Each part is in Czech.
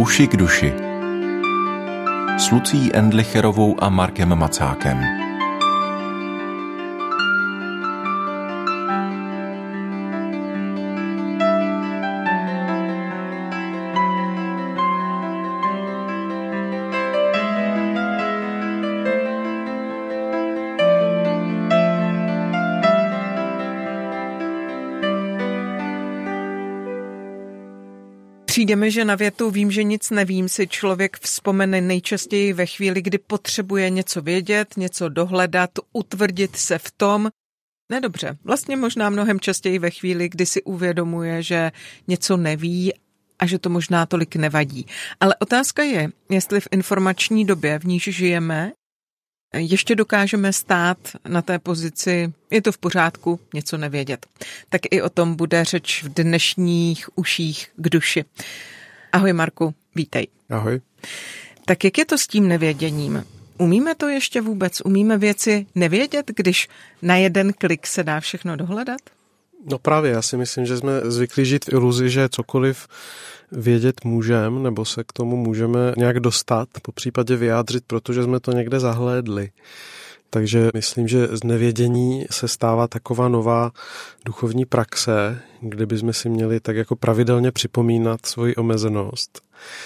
Uši k duši s Lucií Endlicherovou a Markem Macákem. Přijdeme, že na větu vím, že nic nevím, si člověk vzpomene nejčastěji ve chvíli, kdy potřebuje něco vědět, něco dohledat, utvrdit se v tom. Nedobře, vlastně možná mnohem častěji ve chvíli, kdy si uvědomuje, že něco neví a že to možná tolik nevadí. Ale otázka je, jestli v informační době, v níž žijeme, ještě dokážeme stát na té pozici, je to v pořádku, něco nevědět. Tak i o tom bude řeč v dnešních uších k duši. Ahoj Marku, vítej. Ahoj. Tak jak je to s tím nevěděním? Umíme to ještě vůbec? Umíme věci nevědět, když na jeden klik se dá všechno dohledat? No právě, já si myslím, že jsme zvyklí žít v iluzi, že cokoliv vědět můžeme, nebo se k tomu můžeme nějak dostat, popřípadě vyjádřit, protože jsme to někde zahlédli. Takže myslím, že z nevědění se stává taková nová duchovní praxe, kde bychom si měli tak jako pravidelně připomínat svoji omezenost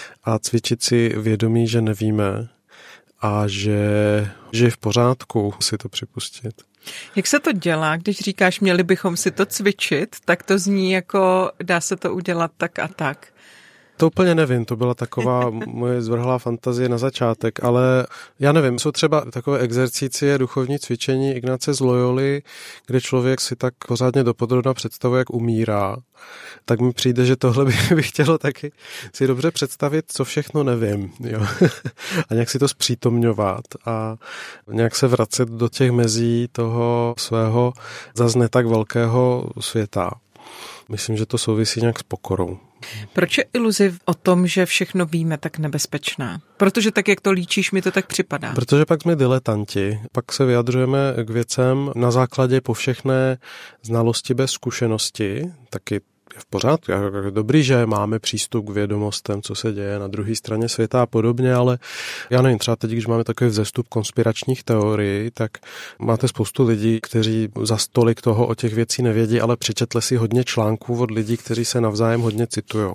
a cvičit si vědomí, že nevíme a že je v pořádku si to připustit. Jak se to dělá, když říkáš, měli bychom si to cvičit, tak to zní jako dá se to udělat tak a tak. To úplně nevím, to byla taková moje zvrhlá fantazie na začátek, ale já nevím, jsou třeba takové exercicie, duchovní cvičení Ignáce z Loyoly, kde člověk si tak pořádně dopodrobna představuje, jak umírá. Tak mi přijde, že tohle bych chtělo taky si dobře představit, co všechno nevím. Jo? A nějak si to zpřítomňovat a nějak se vracet do těch mezí toho svého zas ne tak velkého světa. Myslím, že to souvisí nějak s pokorou. Proč je iluzi o tom, že všechno víme, tak nebezpečná? Protože tak, jak to líčíš, mi to tak připadá. Protože pak jsme diletanti, pak se vyjadřujeme k věcem na základě povšechné znalosti bez zkušenosti, taky je v pořádku, je dobrý, že máme přístup k vědomostem, co se děje na druhé straně světa a podobně, ale já nevím, třeba teď, když máme takový vzestup konspiračních teorií, tak máte spoustu lidí, kteří za tolik toho o těch věcí nevědí, ale přečetli si hodně článků od lidí, kteří se navzájem hodně citujou.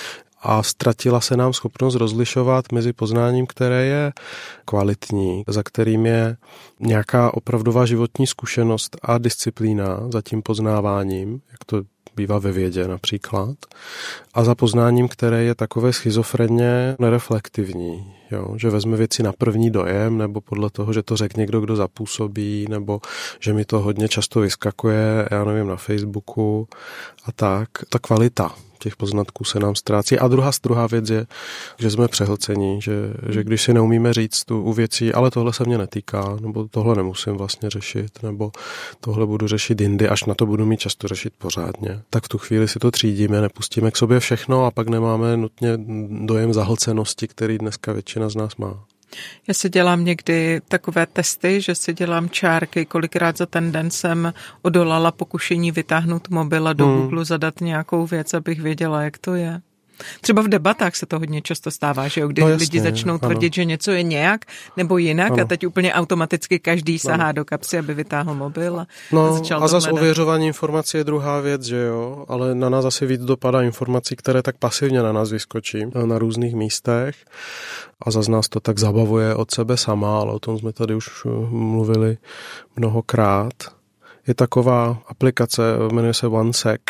A ztratila se nám schopnost rozlišovat mezi poznáním, které je kvalitní, za kterým je nějaká opravdová životní zkušenost a disciplína za tím poznáváním, jak to bývá ve vědě například, a za poznáním, které je takové schizofrenně nereflektivní, jo? Že vezme věci na první dojem, nebo podle toho, že to řekne někdo, kdo zapůsobí, nebo že mi to hodně často vyskakuje, já nevím, na Facebooku a tak. Ta kvalita těch poznatků se nám ztrácí. A druhá věc je, že jsme přehlcení, že když si neumíme říct tu u věcí, ale tohle se mě netýká, nebo tohle nemusím vlastně řešit, nebo tohle budu řešit jindy, až na to budu mít často řešit pořádně. Tak v tu chvíli si to třídíme, nepustíme k sobě všechno a pak nemáme nutně dojem zahlcenosti, který dneska většina z nás má. Já si dělám někdy takové testy, že si dělám čárky, kolikrát za ten den jsem odolala pokušení vytáhnout mobil a do Google zadat nějakou věc, abych věděla, jak to je. Třeba v debatách se to hodně často stává, že jo, kdy lidi začnou tvrdit, že něco je nějak nebo jinak a teď úplně automaticky každý sahá do kapsy, aby vytáhl mobil a začal a zase ověřování informací je druhá věc, že jo, ale na nás asi víc dopadá informací, které tak pasivně na nás vyskočí na různých místech a zase nás to tak zabavuje od sebe sama, ale o tom jsme tady už mluvili mnohokrát. Je taková aplikace, jmenuje se OneSec,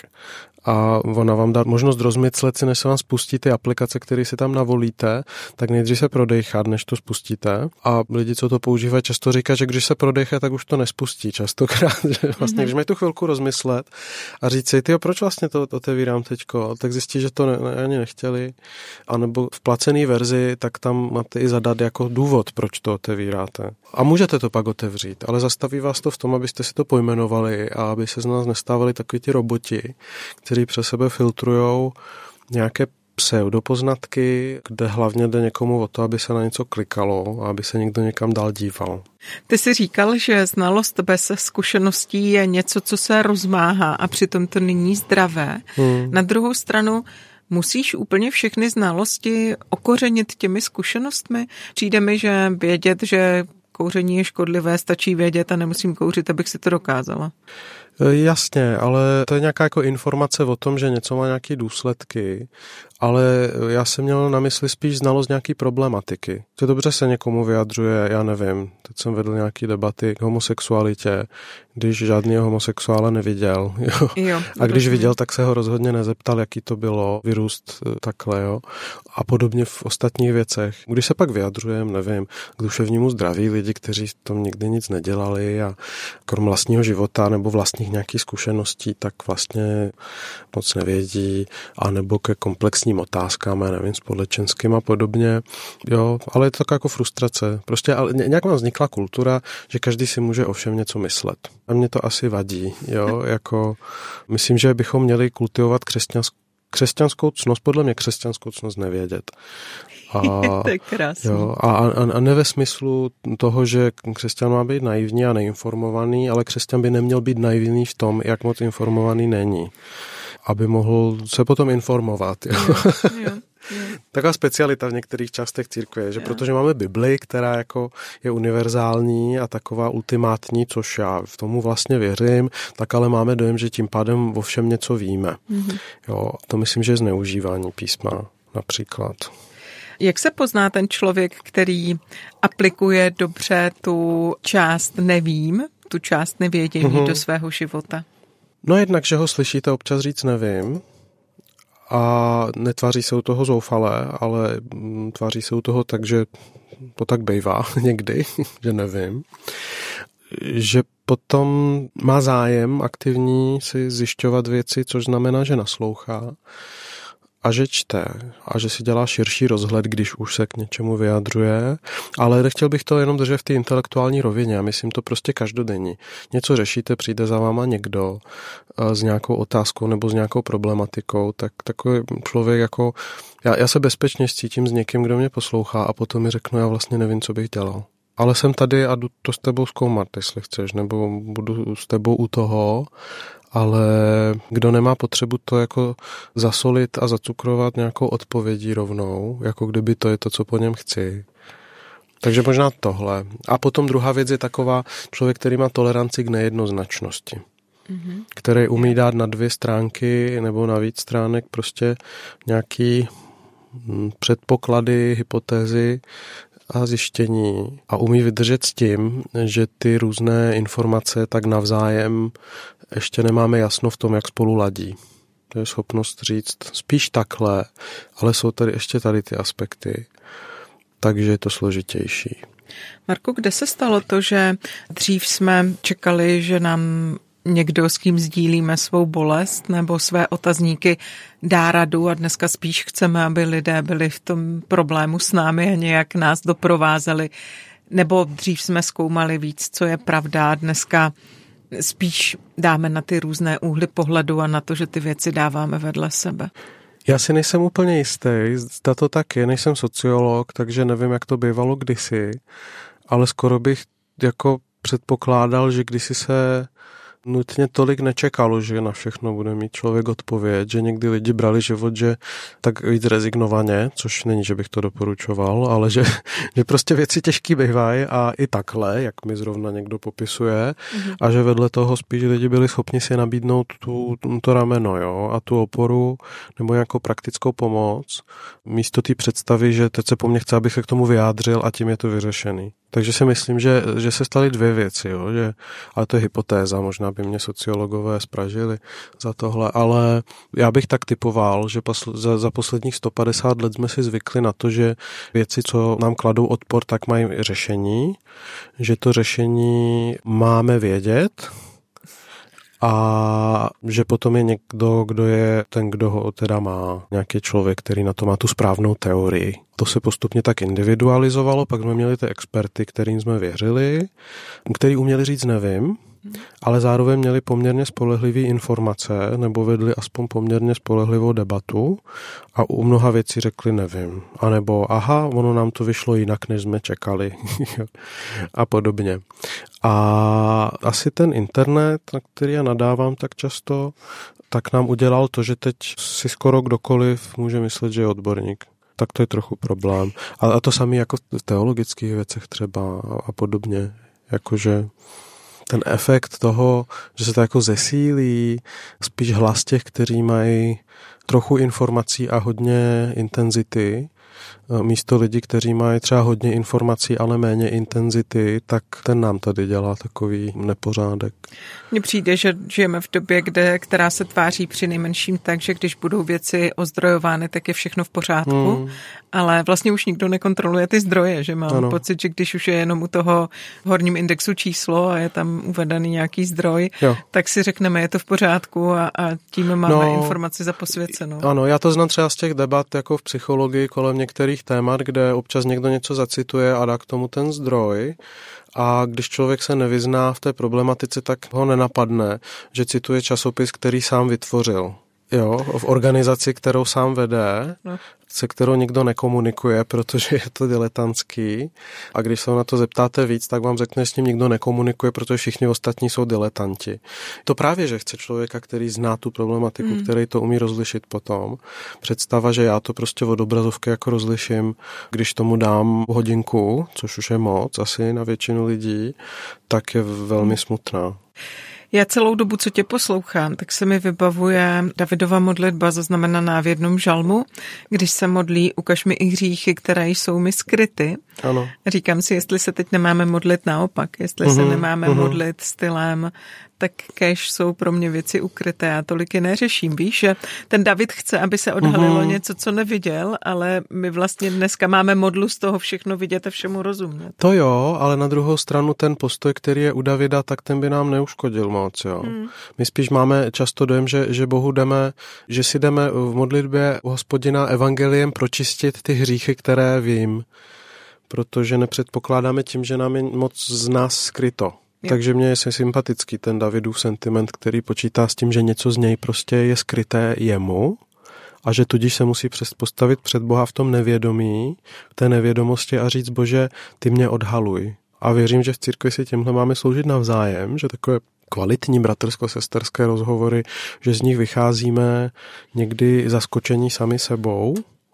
a ona vám dá možnost rozmyslet si, než se vám spustí ty aplikace, které si tam navolíte, tak nejdřív se prodejchat, než to spustíte. A lidi, co to používají, často říkají, že když se prodejche, tak už to nespustí častokrát. Že vlastně, když mají tu chvilku rozmyslet a říct si, tyjo, proč vlastně to otevírám teďko, tak zjistí, že to ani nechtěli. A nebo v placené verzi, tak tam máte i zadat jako důvod, proč to otevíráte. A můžete to pak otevřít, ale zastaví vás to v tom, abyste si to pojmenovali a aby se z nás nestávali takoví ti roboti, kteří přes sebe filtrujou nějaké pseudopoznatky, kde hlavně jde někomu o to, aby se na něco klikalo a aby se někdo někam dál díval. Ty jsi říkal, že znalost bez zkušeností je něco, co se rozmáhá a přitom to není zdravé. Na druhou stranu Musíš úplně všechny znalosti okořenit těmi zkušenostmi? Přijde mi, že vědět, že kouření je škodlivé, stačí vědět a nemusím kouřit, abych si to dokázala. Jasně, ale to je nějaká jako informace o tom, že něco má nějaké důsledky, ale já jsem měl na mysli spíš znalost nějaký problematiky. To dobře se někomu vyjadřuje, já nevím, teď jsem vedl nějaký debaty k homosexualitě, když žádný homosexuála neviděl. Jo. A když viděl, tak se ho rozhodně nezeptal, jaký to bylo vyrůst takhle. Jo. A podobně v ostatních věcech. Když se pak vyjadřujeme, nevím, k duševnímu zdraví lidi, kteří v tom nikdy nic nedělali a krom vlastního života nebo vlastních nějakých zkušeností, tak vlastně moc nevědí, anebo ke komplexním otázkám, já nevím, společenským a podobně. Jo, ale je to taková jako frustrace. Prostě ale nějak vám vznikla kultura, že každý si může o všem něco myslet. A mě to asi vadí. Jo, jako myslím, že bychom měli kultivovat křesťanskou ctnost, podle mě křesťanskou ctnost nevědět. To je krásný. Jo, a ne ve smyslu toho, že křesťan má být naivní a neinformovaný, ale křesťan by neměl být naivní v tom, jak moc informovaný není. Aby mohl se potom informovat. Jo. Taková specialita v některých částech církve, že protože máme Bibli, která jako je univerzální a taková ultimátní, což já v tomu vlastně věřím, tak ale máme dojem, že tím pádem o všem něco víme. Jo, to myslím, že je zneužívání písma například. Jak se pozná ten člověk, který aplikuje dobře tu část nevím, tu část nevědění do svého života? No jednak, že ho slyšíte občas říct nevím a netváří se u toho zoufale, ale tváří se u toho tak, že to tak bejvá někdy, že nevím. Že potom má zájem aktivní si zjišťovat věci, což znamená, že naslouchá a že čte a že si dělá širší rozhled, když už se k něčemu vyjadřuje, ale nechtěl bych to jenom držet v té intelektuální rovině. Já myslím to prostě každodenní. Něco řešíte, přijde za váma někdo s nějakou otázkou nebo s nějakou problematikou, tak takový člověk jako já se bezpečně cítím s někým, kdo mě poslouchá a potom mi řeknu, já vlastně nevím, co bych dělal. Ale jsem tady a jdu to s tebou zkoumat, jestli chceš, nebo budu s tebou u toho, ale kdo nemá potřebu to jako zasolit a zacukrovat nějakou odpovědí rovnou, jako kdyby to je to, co po něm chci. Takže možná tohle. A potom druhá věc je taková člověk, který má toleranci k nejednoznačnosti, který umí dát na 2 stránky nebo na víc stránek prostě nějaký předpoklady, hypotézy a zjištění a umí vydržet s tím, že ty různé informace tak navzájem ještě nemáme jasno v tom, jak spolu ladí. To je schopnost říct spíš takhle, ale jsou tady ještě tady ty aspekty, takže je to složitější. Marku, kde se stalo to, že dřív jsme čekali, že nám někdo, s kým sdílíme svou bolest nebo své otazníky, dá radu a dneska spíš chceme, aby lidé byli v tom problému s námi a nějak nás doprovázeli. Nebo dřív jsme zkoumali víc, co je pravda, dneska spíš dáme na ty různé úhly pohledu a na to, že ty věci dáváme vedle sebe. Já si nejsem úplně jistý, zda to tak je, nejsem sociolog, takže nevím, jak to bývalo kdysi, ale skoro bych jako předpokládal, že kdysi se nutně tolik nečekalo, že na všechno bude mít člověk odpověď, že někdy lidi brali život, že tak víc rezignovaně, což není, že bych to doporučoval, ale že prostě věci těžký bývají a i takhle, jak mi zrovna někdo popisuje, a že vedle toho spíš lidi byli schopni si nabídnout to rameno, jo, a tu oporu nebo nějakou praktickou pomoc, místo té představy, že teď se po mně chce, abych se k tomu vyjádřil a tím je to vyřešený. Takže si myslím, že se staly 2 věci, jo, ale to je hypotéza, možná by mě sociologové zpražili za tohle, ale já bych tak typoval, že za posledních 150 let jsme si zvykli na to, že věci, co nám kladou odpor, tak mají řešení, že to řešení máme vědět a že potom je někdo, kdo je ten, kdo ho teda má, nějaký člověk, který na to má tu správnou teorii. To se postupně tak individualizovalo, pak jsme měli ty experty, kterým jsme věřili, který uměli říct nevím, ale zároveň měli poměrně spolehlivé informace nebo vedli aspoň poměrně spolehlivou debatu a u mnoha věcí řekli nevím. A nebo aha, ono nám to vyšlo jinak, než jsme čekali a podobně. A asi ten internet, na který já nadávám tak často, tak nám udělal to, že teď si skoro kdokoliv může myslet, že je odborník. Tak to je trochu problém. A to samé jako v teologických věcech třeba a podobně. Jakože ten efekt toho, že se to jako zesílí, spíš hlas těch, kteří mají trochu informací a hodně intenzity, místo lidí, kteří mají třeba hodně informací, ale méně intenzity, tak ten nám tady dělá takový nepořádek. Mně přijde, že žijeme v době, která se tváří přinejmenším tak, že když budou věci ozdrojovány, tak je všechno v pořádku, ale vlastně už nikdo nekontroluje ty zdroje, že mám pocit, že když už je jenom u toho v horním indexu číslo a je tam uvedený nějaký zdroj, tak si řekneme, je to v pořádku a tím máme informaci za posvěcenou. Ano, já to znám třeba z těch debat jako v psychologii kolem některých témat, kde občas někdo něco zacituje a dá k tomu ten zdroj. A když člověk se nevyzná v té problematice, tak ho nenapadne, že cituje časopis, který sám vytvořil. Jo, v organizaci, kterou sám vede, se kterou nikdo nekomunikuje, protože je to diletantský. A když se na to zeptáte víc, tak vám řekne, že s ním nikdo nekomunikuje, protože všichni ostatní jsou diletanti. To právě, že chce člověka, který zná tu problematiku, který to umí rozlišit potom. Představa, že já to prostě od obrazovky jako rozliším, když tomu dám hodinku, což už je moc asi na většinu lidí, tak je velmi smutná. Já celou dobu, co tě poslouchám, tak se mi vybavuje Davidova modlitba zaznamenaná v jednom žalmu, když se modlí ukaž mi i hříchy, které jsou mi skryty. Ano. Říkám si, jestli se teď nemáme modlit naopak, jestli se nemáme modlit stylem, tak kéž jsou pro mě věci ukryté, já tolik je neřeším. Víš, že ten David chce, aby se odhalilo něco, co neviděl, ale my vlastně dneska máme modlu z toho všechno vidět a všemu rozumět. To jo, ale na druhou stranu ten postoj, který je u Davida, tak ten by nám neuškodil moc. Jo. My spíš máme často dojem, že Bohu jdeme, že si jdeme v modlitbě u Hospodina evangeliem pročistit ty hříchy, které vím, protože nepředpokládáme tím, že nám je moc z nás skryto. Takže mně je sympatický ten Davidův sentiment, který počítá s tím, že něco z něj prostě je skryté jemu a že tudíž se musí postavit před Boha v tom nevědomí, v té nevědomosti a říct, Bože, ty mě odhaluj. A věřím, že v církvi si tímhle máme sloužit navzájem, že takové kvalitní bratrsko-sesterské rozhovory, že z nich vycházíme někdy zaskočení sami sebou,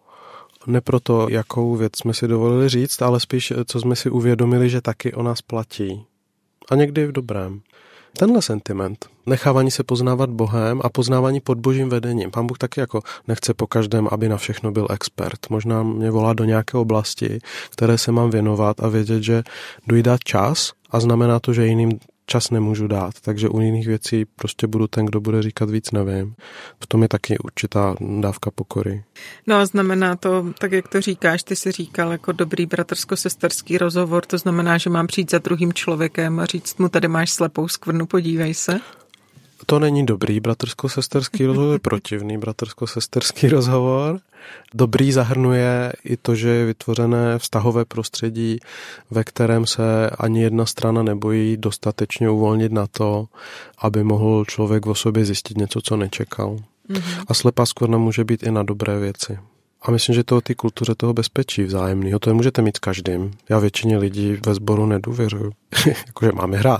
ne proto, jakou věc jsme si dovolili říct, ale spíš, co jsme si uvědomili, že taky o nás platí. A někdy v dobrém. Tenhle sentiment, nechávání se poznávat Bohem a poznávání pod Božím vedením. Pán Bůh taky jako nechce po každém, aby na všechno byl expert. Možná mě volá do nějaké oblasti, které se mám věnovat a vědět, že jdu jí dát čas a znamená to, že jiným čas nemůžu dát. Takže u jiných věcí prostě budu ten, kdo bude říkat víc nevím. V tom je taky určitá dávka pokory. No a znamená to, tak jak to říkáš, ty jsi říkal jako dobrý bratrsko-sesterský rozhovor, to znamená, že mám přijít za druhým člověkem a říct mu, tady máš slepou skvrnu, podívej se. To není dobrý bratrsko-sesterský rozhovor, je protivný bratrsko-sesterský rozhovor. Dobrý zahrnuje i to, že je vytvořené vztahové prostředí, ve kterém se ani jedna strana nebojí dostatečně uvolnit na to, aby mohl člověk o sobě zjistit něco, co nečekal. A slepá skvrna může být i na dobré věci. A myslím, že to o té kultuře toho bezpečí vzájemného, to můžete mít s každým. Já většině lidí ve sboru nedůvěřuju. Jakože máme hrát,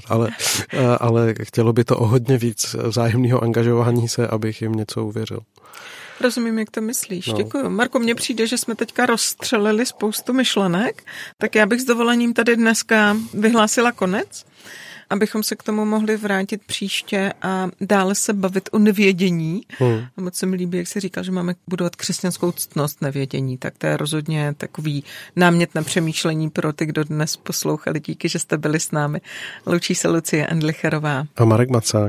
ale chtělo by to o hodně víc vzájemného angažování se, abych jim něco uvěřil. Rozumím, jak to myslíš. No. Děkuju. Marko, mně přijde, že jsme teďka rozstřelili spoustu myšlenek, tak já bych s dovolením tady dneska vyhlásila konec, abychom se k tomu mohli vrátit příště a dále se bavit o nevědění. A moc se mi líbí, jak jsi říkal, že máme budovat křesťanskou ctnost nevědění, tak to je rozhodně takový námět na přemýšlení pro ty, kdo dnes poslouchali. Díky, že jste byli s námi. Loučí se Lucie Endlicherová a Marek Macák.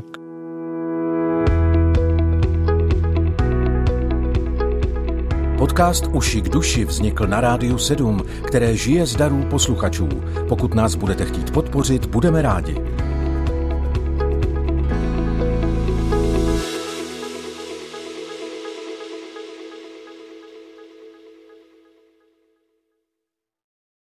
Podcast Uši k duši vznikl na Rádiu 7, které žije z darů posluchačů. Pokud nás budete chtít podpořit, budeme rádi.